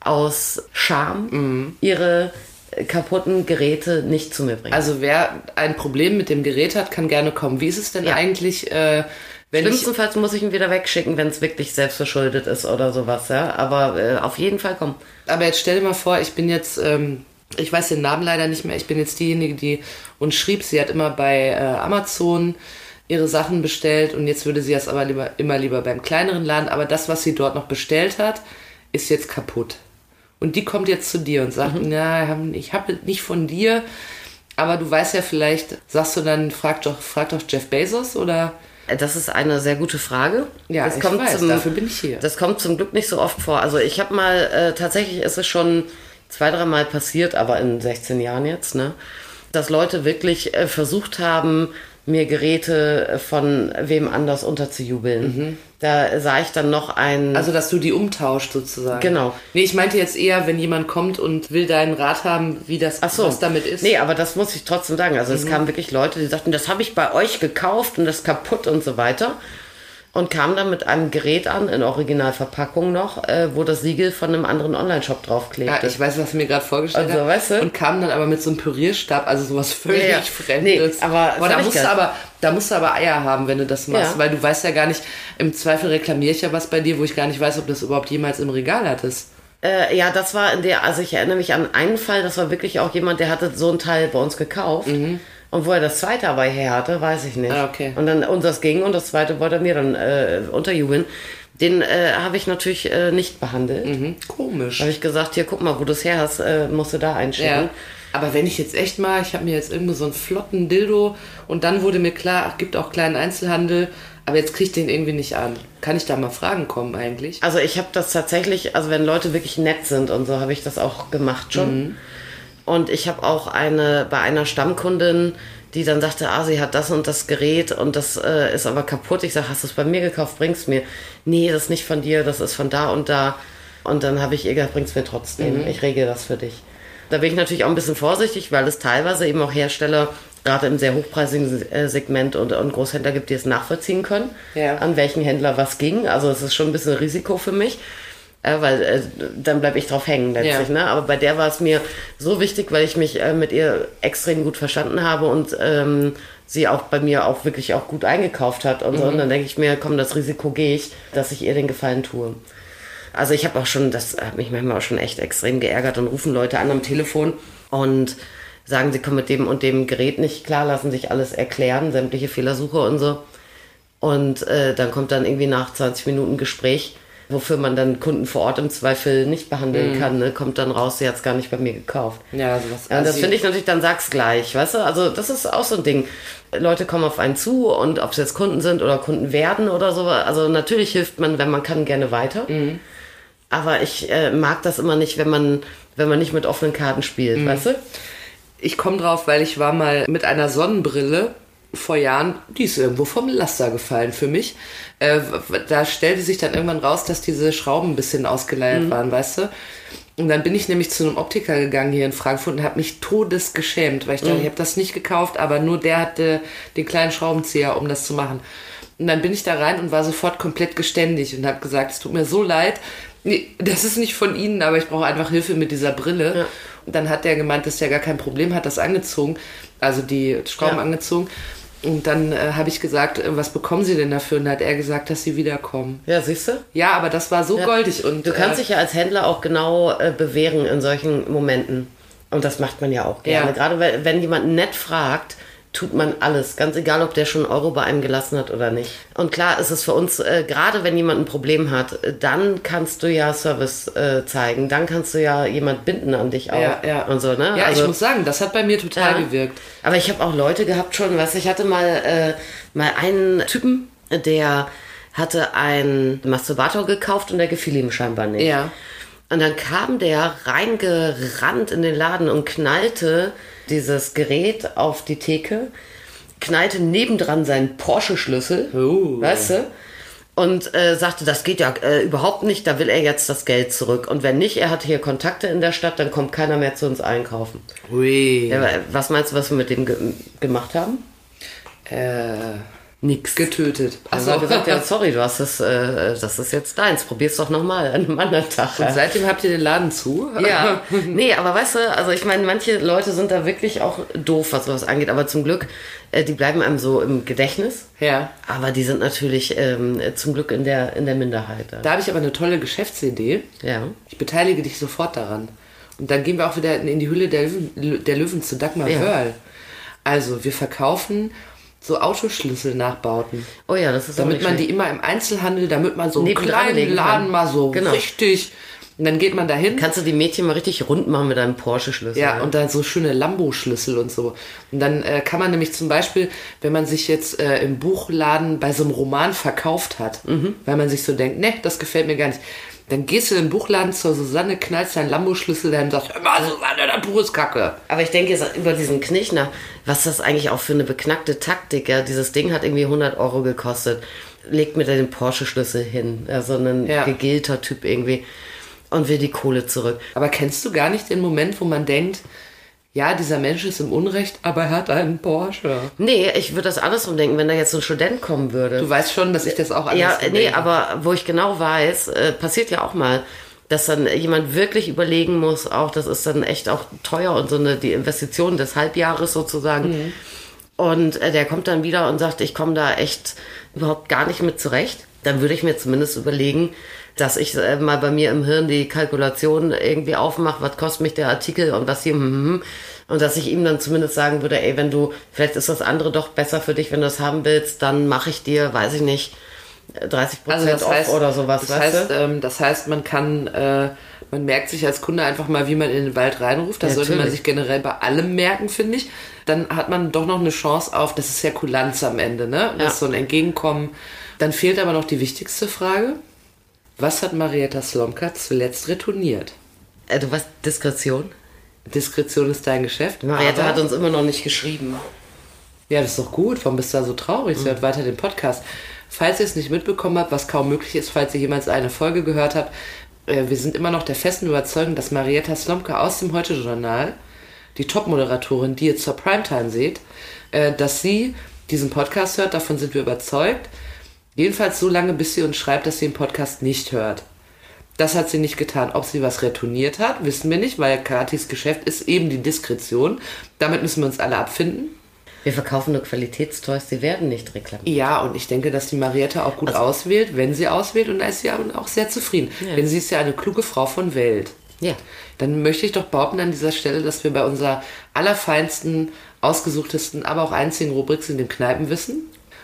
aus Scham ihre kaputten Geräte nicht zu mir bringen. Also wer ein Problem mit dem Gerät hat, kann gerne kommen. Wie ist es denn eigentlich, schlimmstenfalls muss ich ihn wieder wegschicken, wenn es wirklich selbstverschuldet ist oder sowas, ja. Aber auf jeden Fall kommen. Aber jetzt stell dir mal vor, ich bin jetzt, ich weiß den Namen leider nicht mehr, ich bin jetzt diejenige, die uns schrieb, sie hat immer bei Amazon ihre Sachen bestellt und jetzt würde sie das aber immer lieber beim kleineren Laden, aber das, was sie dort noch bestellt hat, ist jetzt kaputt. Und die kommt jetzt zu dir und sagt, na, ich habe nicht von dir, aber du weißt ja vielleicht, sagst du dann, frag doch Jeff Bezos oder? Das ist eine sehr gute Frage. Ja, das kommt dafür bin ich hier. Das kommt zum Glück nicht so oft vor. Also ich habe mal, tatsächlich ist es schon 2-3 Mal passiert, aber in 16 Jahren jetzt, ne, dass Leute wirklich versucht haben, mir Geräte von wem anders unterzujubeln. Da sah ich dann noch Also, dass du die umtauscht sozusagen. Genau. Nee, ich meinte jetzt eher, wenn jemand kommt und will deinen Rat haben, wie das, was damit ist. Nee, aber das muss ich trotzdem sagen. Also es kamen wirklich Leute, die sagten, das habe ich bei euch gekauft und das ist kaputt und so weiter. Und kam dann mit einem Gerät an, in Originalverpackung noch, wo das Siegel von einem anderen Online-Shop draufklebte. Ja, ich weiß, was du mir gerade vorgestellt hast. Weißt du? Und kam dann aber mit so einem Pürierstab, also sowas völlig Fremdes. Nee, aber da musst du aber Eier haben, wenn du das machst, weil du weißt ja gar nicht, im Zweifel reklamiere ich ja was bei dir, wo ich gar nicht weiß, ob das überhaupt jemals im Regal hattest. Ja, das war also ich erinnere mich an einen Fall, das war wirklich auch jemand, der hatte so ein Teil bei uns gekauft. Und wo er das zweite aber her hatte, weiß ich nicht. Ah, okay. Und dann uns das ging und das zweite wollte er mir dann unterjubeln. Den habe ich natürlich nicht behandelt. Komisch. Habe ich gesagt, hier guck mal, wo du es her hast, musst du da einschicken. Ja. Aber wenn ich jetzt echt mal, ich habe mir jetzt irgendwo so einen flotten Dildo und dann wurde mir klar, es gibt auch kleinen Einzelhandel, aber jetzt kriege ich den irgendwie nicht an. Kann ich da mal Fragen kommen eigentlich? Also ich habe das tatsächlich, also wenn Leute wirklich nett sind und so, habe ich das auch gemacht schon. Und ich habe auch bei einer Stammkundin, die dann sagte, sie hat das und das Gerät und das ist aber kaputt. Ich sage, hast du es bei mir gekauft, bring's mir. Nee, das ist nicht von dir, das ist von da und da. Und dann habe ich ihr gesagt, bring's mir trotzdem. Ich regel das für dich. Da bin ich natürlich auch ein bisschen vorsichtig, weil es teilweise eben auch Hersteller, gerade im sehr hochpreisigen Segment und Großhändler gibt, die es nachvollziehen können, an welchen Händler was ging. Also es ist schon ein bisschen Risiko für mich. Weil dann bleibe ich drauf hängen letztlich. Ne? Aber bei der war es mir so wichtig, weil ich mich mit ihr extrem gut verstanden habe und sie auch bei mir auch wirklich auch gut eingekauft hat und so. Und dann denke ich mir, komm, das Risiko gehe ich, dass ich ihr den Gefallen tue. Also ich habe auch schon, das hat mich manchmal auch schon echt extrem geärgert und rufen Leute an am Telefon und sagen, sie kommen mit dem und dem Gerät nicht klar, lassen sich alles erklären, sämtliche Fehlersuche und so. Und dann kommt dann irgendwie nach 20 Minuten Gespräch, wofür man dann Kunden vor Ort im Zweifel nicht behandeln kann, ne? Kommt dann raus, sie hat es gar nicht bei mir gekauft. Ja, sowas. Ja, das finde ich natürlich, dann sag's gleich, weißt du? Also das ist auch so ein Ding. Leute kommen auf einen zu und ob es jetzt Kunden sind oder Kunden werden oder so, also natürlich hilft man, wenn man kann, gerne weiter. Aber ich mag das immer nicht, wenn man nicht mit offenen Karten spielt, weißt du? Ich komme drauf, weil ich war mal mit einer Sonnenbrille vor Jahren, die ist irgendwo vom Laster gefallen für mich. Da stellte sich dann irgendwann raus, dass diese Schrauben ein bisschen ausgeleiert waren, weißt du? Und dann bin ich nämlich zu einem Optiker gegangen hier in Frankfurt und habe mich todesgeschämt, weil ich dachte, ich habe das nicht gekauft, aber nur der hatte den kleinen Schraubenzieher, um das zu machen. Und dann bin ich da rein und war sofort komplett geständig und habe gesagt, es tut mir so leid, das ist nicht von Ihnen, aber ich brauche einfach Hilfe mit dieser Brille. Ja. Und dann hat der gemeint, dass der gar kein Problem hat, das angezogen, also die Schrauben angezogen. Und dann habe ich gesagt, was bekommen Sie denn dafür? Und dann hat er gesagt, dass Sie wiederkommen. Ja, siehst du? Ja, aber das war so goldig. Und du kannst dich ja als Händler auch genau bewähren in solchen Momenten. Und das macht man ja auch gerne. Ja. Gerade wenn jemand nett fragt, tut man alles. Ganz egal, ob der schon einen Euro bei einem gelassen hat oder nicht. Und klar ist es für uns, gerade wenn jemand ein Problem hat, dann kannst du ja Service zeigen. Dann kannst du ja jemand binden an dich auch. Ja. Und so, ne? Ja, also, ich muss sagen, das hat bei mir total gewirkt. Aber ich habe auch Leute gehabt schon, weißt du, ich hatte mal einen Typen, der hatte einen Masturbator gekauft und der gefiel ihm scheinbar nicht. Ja. Und dann kam der reingerannt in den Laden und knallte dieses Gerät auf die Theke, knallte nebendran seinen Porsche-Schlüssel, weißt du, und sagte, das geht ja überhaupt nicht, da will er jetzt das Geld zurück. Und wenn nicht, er hatte hier Kontakte in der Stadt, dann kommt keiner mehr zu uns einkaufen. Ui. Ja, was meinst du, was wir mit dem gemacht haben? Nix. Getötet. Also er hat gesagt, ja, sorry, du hast das ist jetzt deins, probier's doch nochmal an einem anderen Tag. Und seitdem habt ihr den Laden zu? Ja, nee, aber weißt du, also ich meine, manche Leute sind da wirklich auch doof, was sowas angeht, aber zum Glück, die bleiben einem so im Gedächtnis. Ja. Aber die sind natürlich zum Glück in der Minderheit. Da habe ich aber eine tolle Geschäftsidee. Ja. Ich beteilige dich sofort daran. Und dann gehen wir auch wieder in die Hülle der Löwen zu Dagmar Wörl. Also, wir verkaufen so Autoschlüssel-Nachbauten. Oh ja, das ist damit man die immer im Einzelhandel, damit man so einen kleinen Laden mal so richtig. Und dann geht man da hin. Kannst du die Mädchen mal richtig rund machen mit deinem Porsche-Schlüssel. Ja, und dann so schöne Lambo-Schlüssel und so. Und dann kann man nämlich zum Beispiel, wenn man sich jetzt im Buchladen bei so einem Roman verkauft hat, weil man sich so denkt, ne, das gefällt mir gar nicht. Dann gehst du in den Buchladen zur Susanne, knallst deinen Lambo-Schlüssel dahin und sagst, immer Susanne, das Buch ist Kacke. Aber ich denke jetzt über diesen Knichner, was das eigentlich auch für eine beknackte Taktik, ja, dieses Ding hat irgendwie 100 Euro gekostet. Legt mir da den Porsche-Schlüssel hin, ja, so ein gegelter Typ irgendwie und will die Kohle zurück. Aber kennst du gar nicht den Moment, wo man denkt, ja, dieser Mensch ist im Unrecht, aber er hat einen Porsche. Nee, ich würde das andersrum denken, wenn da jetzt so ein Student kommen würde. Du weißt schon, dass ich das auch anders denke. Nee, aber wo ich genau weiß, passiert ja auch mal, dass dann jemand wirklich überlegen muss, auch das ist dann echt auch teuer und die Investition des Halbjahres sozusagen. Und der kommt dann wieder und sagt, ich komme da echt überhaupt gar nicht mit zurecht. Dann würde ich mir zumindest überlegen, dass ich mal bei mir im Hirn die Kalkulation irgendwie aufmache, was kostet mich der Artikel und was hier, und dass ich ihm dann zumindest sagen würde, ey, wenn du, vielleicht ist das andere doch besser für dich, wenn du das haben willst, dann mache ich dir, weiß ich nicht, 30% off oder sowas, weißt du? Das heißt, man kann, man merkt sich als Kunde einfach mal, wie man in den Wald reinruft. Das sollte man sich generell bei allem merken, finde ich. Dann hat man doch noch eine Chance auf, das ist ja Kulanz am Ende, ne? Das ist so ein Entgegenkommen. Dann fehlt aber noch die wichtigste Frage. Was hat Marietta Slomka zuletzt retourniert? Du weißt, Diskretion? Diskretion ist dein Geschäft. Marietta hat uns immer noch nicht geschrieben. Ja, das ist doch gut. Warum bist du da so traurig? Sie hört weiter den Podcast. Falls ihr es nicht mitbekommen habt, was kaum möglich ist, falls ihr jemals eine Folge gehört habt, wir sind immer noch der festen Überzeugung, dass Marietta Slomka aus dem Heute-Journal, die Top-Moderatorin, die ihr zur Primetime seht, dass sie diesen Podcast hört. Davon sind wir überzeugt. Jedenfalls so lange, bis sie uns schreibt, dass sie den Podcast nicht hört. Das hat sie nicht getan. Ob sie was retourniert hat, wissen wir nicht, weil Katis Geschäft ist eben die Diskretion. Damit müssen wir uns alle abfinden. Wir verkaufen nur Qualitätstoys, die werden nicht reklamiert. Ja, und ich denke, dass die Marietta auch gut auswählt, wenn sie auswählt, und da ist sie auch sehr zufrieden. Ja. Denn sie ist ja eine kluge Frau von Welt. Ja. Dann möchte ich doch behaupten an dieser Stelle, dass wir bei unserer allerfeinsten, ausgesuchtesten, aber auch einzigen Rubrik sind, dem Kneipenwissen.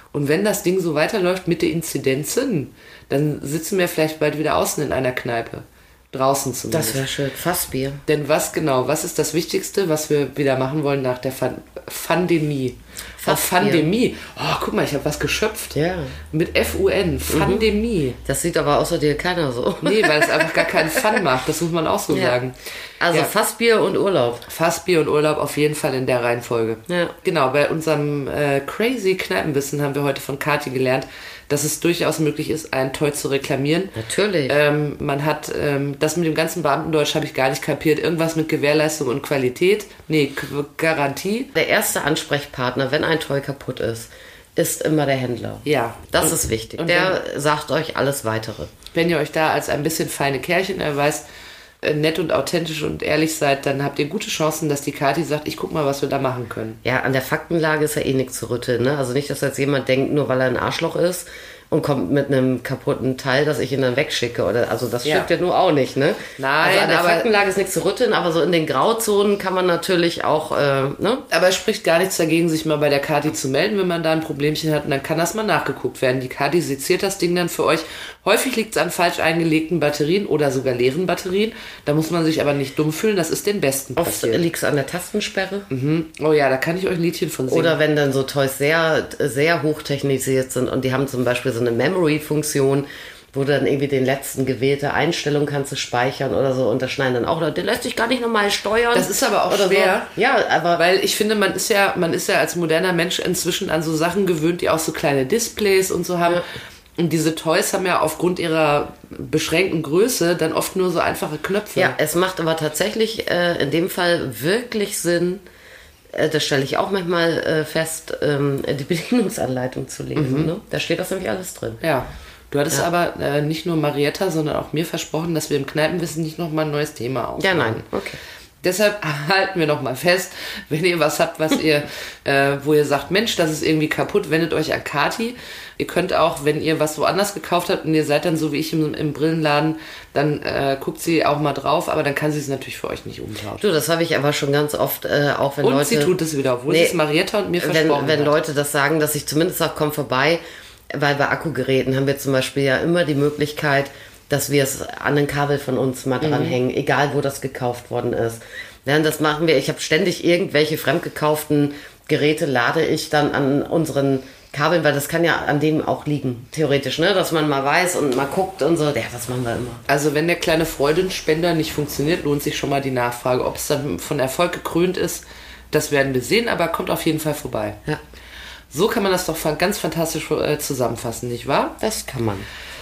Und wenn das Ding so weiterläuft mit den Inzidenzen, dann sitzen wir vielleicht bald wieder außen in einer Kneipe. Draußen zumindest. Das wäre schön. Fassbier. Denn was ist das Wichtigste, was wir wieder machen wollen nach der Pandemie? Pandemie. Oh, guck mal, ich habe was geschöpft. Ja. Mit F-U-N. Pandemie. Das sieht aber außer dir keiner so. Nee, weil es einfach gar keinen Fun macht. Das muss man auch so sagen. Also Fassbier und Urlaub. Fassbier und Urlaub auf jeden Fall in der Reihenfolge. Ja. Genau, bei unserem crazy Kneipenwissen haben wir heute von Kathi gelernt, dass es durchaus möglich ist, ein Toy zu reklamieren. Natürlich. Man hat, das mit dem ganzen Beamtendeutsch habe ich gar nicht kapiert. Irgendwas mit Gewährleistung und Qualität. Nee, Garantie. Der erste Ansprechpartner, wenn ein Toy kaputt ist immer der Händler. Ja. Das ist wichtig. Und der sagt euch alles Weitere. Wenn ihr euch da als ein bisschen feine Kerlchen erweist, nett und authentisch und ehrlich seid, dann habt ihr gute Chancen, dass die Kathi sagt, ich guck mal, was wir da machen können. Ja, an der Faktenlage ist ja eh nichts zu rütteln. Ne? Also nicht, dass jetzt jemand denkt, nur weil er ein Arschloch ist und kommt mit einem kaputten Teil, dass ich ihn dann wegschicke. Also das stimmt ja nur auch nicht. Ne? Nein, also an der Faktenlage ist nichts zu rütteln, aber so in den Grauzonen kann man natürlich auch... ne? Aber es spricht gar nichts dagegen, sich mal bei der Kathi zu melden, wenn man da ein Problemchen hat. Und dann kann das mal nachgeguckt werden. Die Kathi seziert das Ding dann für euch. Häufig liegt es an falsch eingelegten Batterien oder sogar leeren Batterien. Da muss man sich aber nicht dumm fühlen. Das ist den Besten passiert. Oft liegt es an der Tastensperre. Mhm. Oh ja, da kann ich euch ein Liedchen von singen. Oder wenn dann so Toys sehr, sehr hochtechnisiert sind und die haben zum Beispiel so eine Memory-Funktion, wo du dann irgendwie den letzten gewählte Einstellung kannst du speichern oder so und das schneiden dann auch, der lässt sich gar nicht normal steuern. Das ist aber auch schwer. So. Ja, aber... Weil ich finde, man ist ja als moderner Mensch inzwischen an so Sachen gewöhnt, die auch so kleine Displays und so haben. Ja. Und diese Toys haben ja aufgrund ihrer beschränkten Größe dann oft nur so einfache Knöpfe. Ja, es macht aber tatsächlich in dem Fall wirklich Sinn, das stelle ich auch manchmal fest, die Bedienungsanleitung zu lesen. Ne? Da steht das nämlich alles drin. Ja, du hattest aber nicht nur Marietta, sondern auch mir versprochen, dass wir im Kneipenwissen nicht nochmal ein neues Thema aufmachen. Ja, nein, okay. Deshalb halten wir noch mal fest, wenn ihr was habt, was ihr, wo ihr sagt, Mensch, das ist irgendwie kaputt, wendet euch an Kathi. Ihr könnt auch, wenn ihr was woanders gekauft habt und ihr seid dann so wie ich im Brillenladen, dann guckt sie auch mal drauf, aber dann kann sie es natürlich für euch nicht umtauschen. Du, das habe ich aber schon ganz oft, auch wenn und Leute... Und sie tut es wieder, obwohl sie es Marietta und mir versprochen hat. Wenn Leute das sagen, dass ich zumindest sage, komm vorbei, weil bei Akkugeräten haben wir zum Beispiel ja immer die Möglichkeit, dass wir es an ein Kabel von uns mal dranhängen, egal wo das gekauft worden ist. Ja, das machen wir. Ich habe ständig irgendwelche fremdgekauften Geräte, lade ich dann an unseren Kabeln, weil das kann ja an dem auch liegen, theoretisch, ne? Dass man mal weiß und mal guckt und so. Ja, das machen wir immer. Also wenn der kleine Freudenspender nicht funktioniert, lohnt sich schon mal die Nachfrage. Ob es dann von Erfolg gekrönt ist, das werden wir sehen, aber kommt auf jeden Fall vorbei. Ja. So kann man das doch ganz fantastisch zusammenfassen, nicht wahr? Das kann man.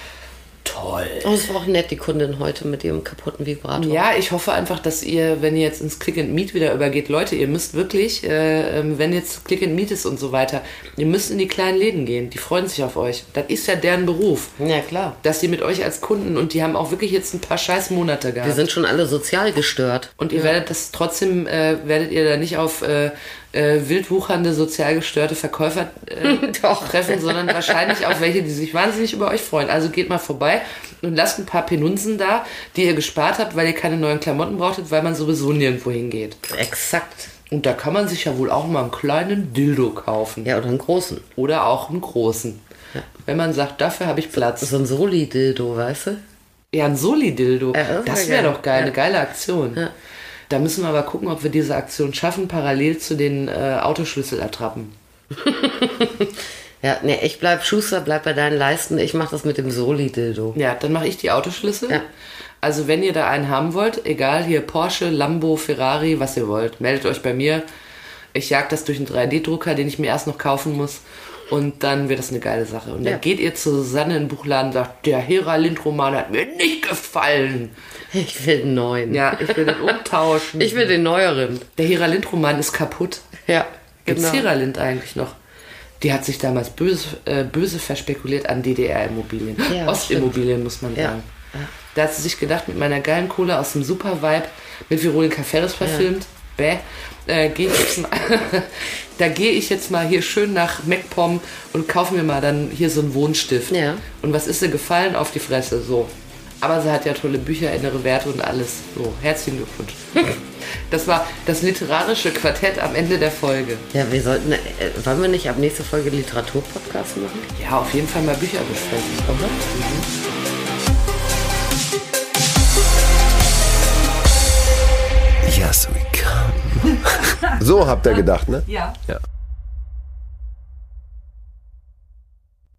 Toll. Und es war auch nett, die Kundin heute mit ihrem kaputten Vibrator. Ja, ich hoffe einfach, dass ihr, wenn ihr jetzt ins Click and Meet wieder übergeht, Leute, ihr müsst wirklich, wenn jetzt Click and Meet ist und so weiter, ihr müsst in die kleinen Läden gehen. Die freuen sich auf euch. Das ist ja deren Beruf. Ja, klar. Dass die mit euch als Kunden, und die haben auch wirklich jetzt ein paar scheiß Monate gehabt. Wir sind schon alle sozial gestört. Und ihr werdet das trotzdem, werdet ihr da nicht auf wildwuchernde, sozial gestörte Verkäufer treffen, sondern wahrscheinlich auch welche, die sich wahnsinnig über euch freuen. Also geht mal vorbei und lasst ein paar Penunzen da, die ihr gespart habt, weil ihr keine neuen Klamotten brauchtet, weil man sowieso nirgendwo hingeht. Exakt. Und da kann man sich ja wohl auch mal einen kleinen Dildo kaufen. Ja, oder einen großen. Oder auch einen großen. Ja. Wenn man sagt, dafür habe ich Platz. So ein Soli-Dildo, weißt du? Ja, ein Soli-Dildo. Ja, das wäre doch geil, ja. Eine geile Aktion. Ja. Da müssen wir aber gucken, ob wir diese Aktion schaffen, parallel zu den Autoschlüsselattrappen. Ja, ne, Schuster bleib bei deinen Leisten, ich mache das mit dem Soli-Dildo. Ja, dann mache ich die Autoschlüssel. Ja. Also wenn ihr da einen haben wollt, egal, hier Porsche, Lambo, Ferrari, was ihr wollt, meldet euch bei mir. Ich jag das durch einen 3D-Drucker, den ich mir erst noch kaufen muss. Und dann wird das eine geile Sache. Und dann geht ihr zu Susanne in den Buchladen und sagt, der Hera-Lind-Roman hat mir nicht gefallen. Ich will den neuen. Ja, ich will den umtauschen. Ich will den neueren. Der Hera-Lind-Roman ist kaputt. Ja, genau. Gibt's Hera-Lind eigentlich noch? Die hat sich damals böse verspekuliert an DDR-Immobilien. Ja, Ostimmobilien, muss man sagen. Ja. Da hat sie sich gedacht, mit meiner geilen Kohle aus dem Super-Vibe, mit Veronika Ferris verfilmt, da gehe ich jetzt mal hier schön nach MacPom und kaufe mir mal dann hier so einen Wohnstift. Ja. Und was ist ihr gefallen? Auf die Fresse, so. Aber sie hat ja tolle Bücher, innere Werte und alles. So, herzlichen Glückwunsch. Das war das literarische Quartett am Ende der Folge. Ja, wir sollten, wollen wir nicht ab nächste Folge Literaturpodcast machen? Ja, auf jeden Fall mal Bücher besprechen, oder? Yes, we come. So habt ihr gedacht, ne? Ja. Ja.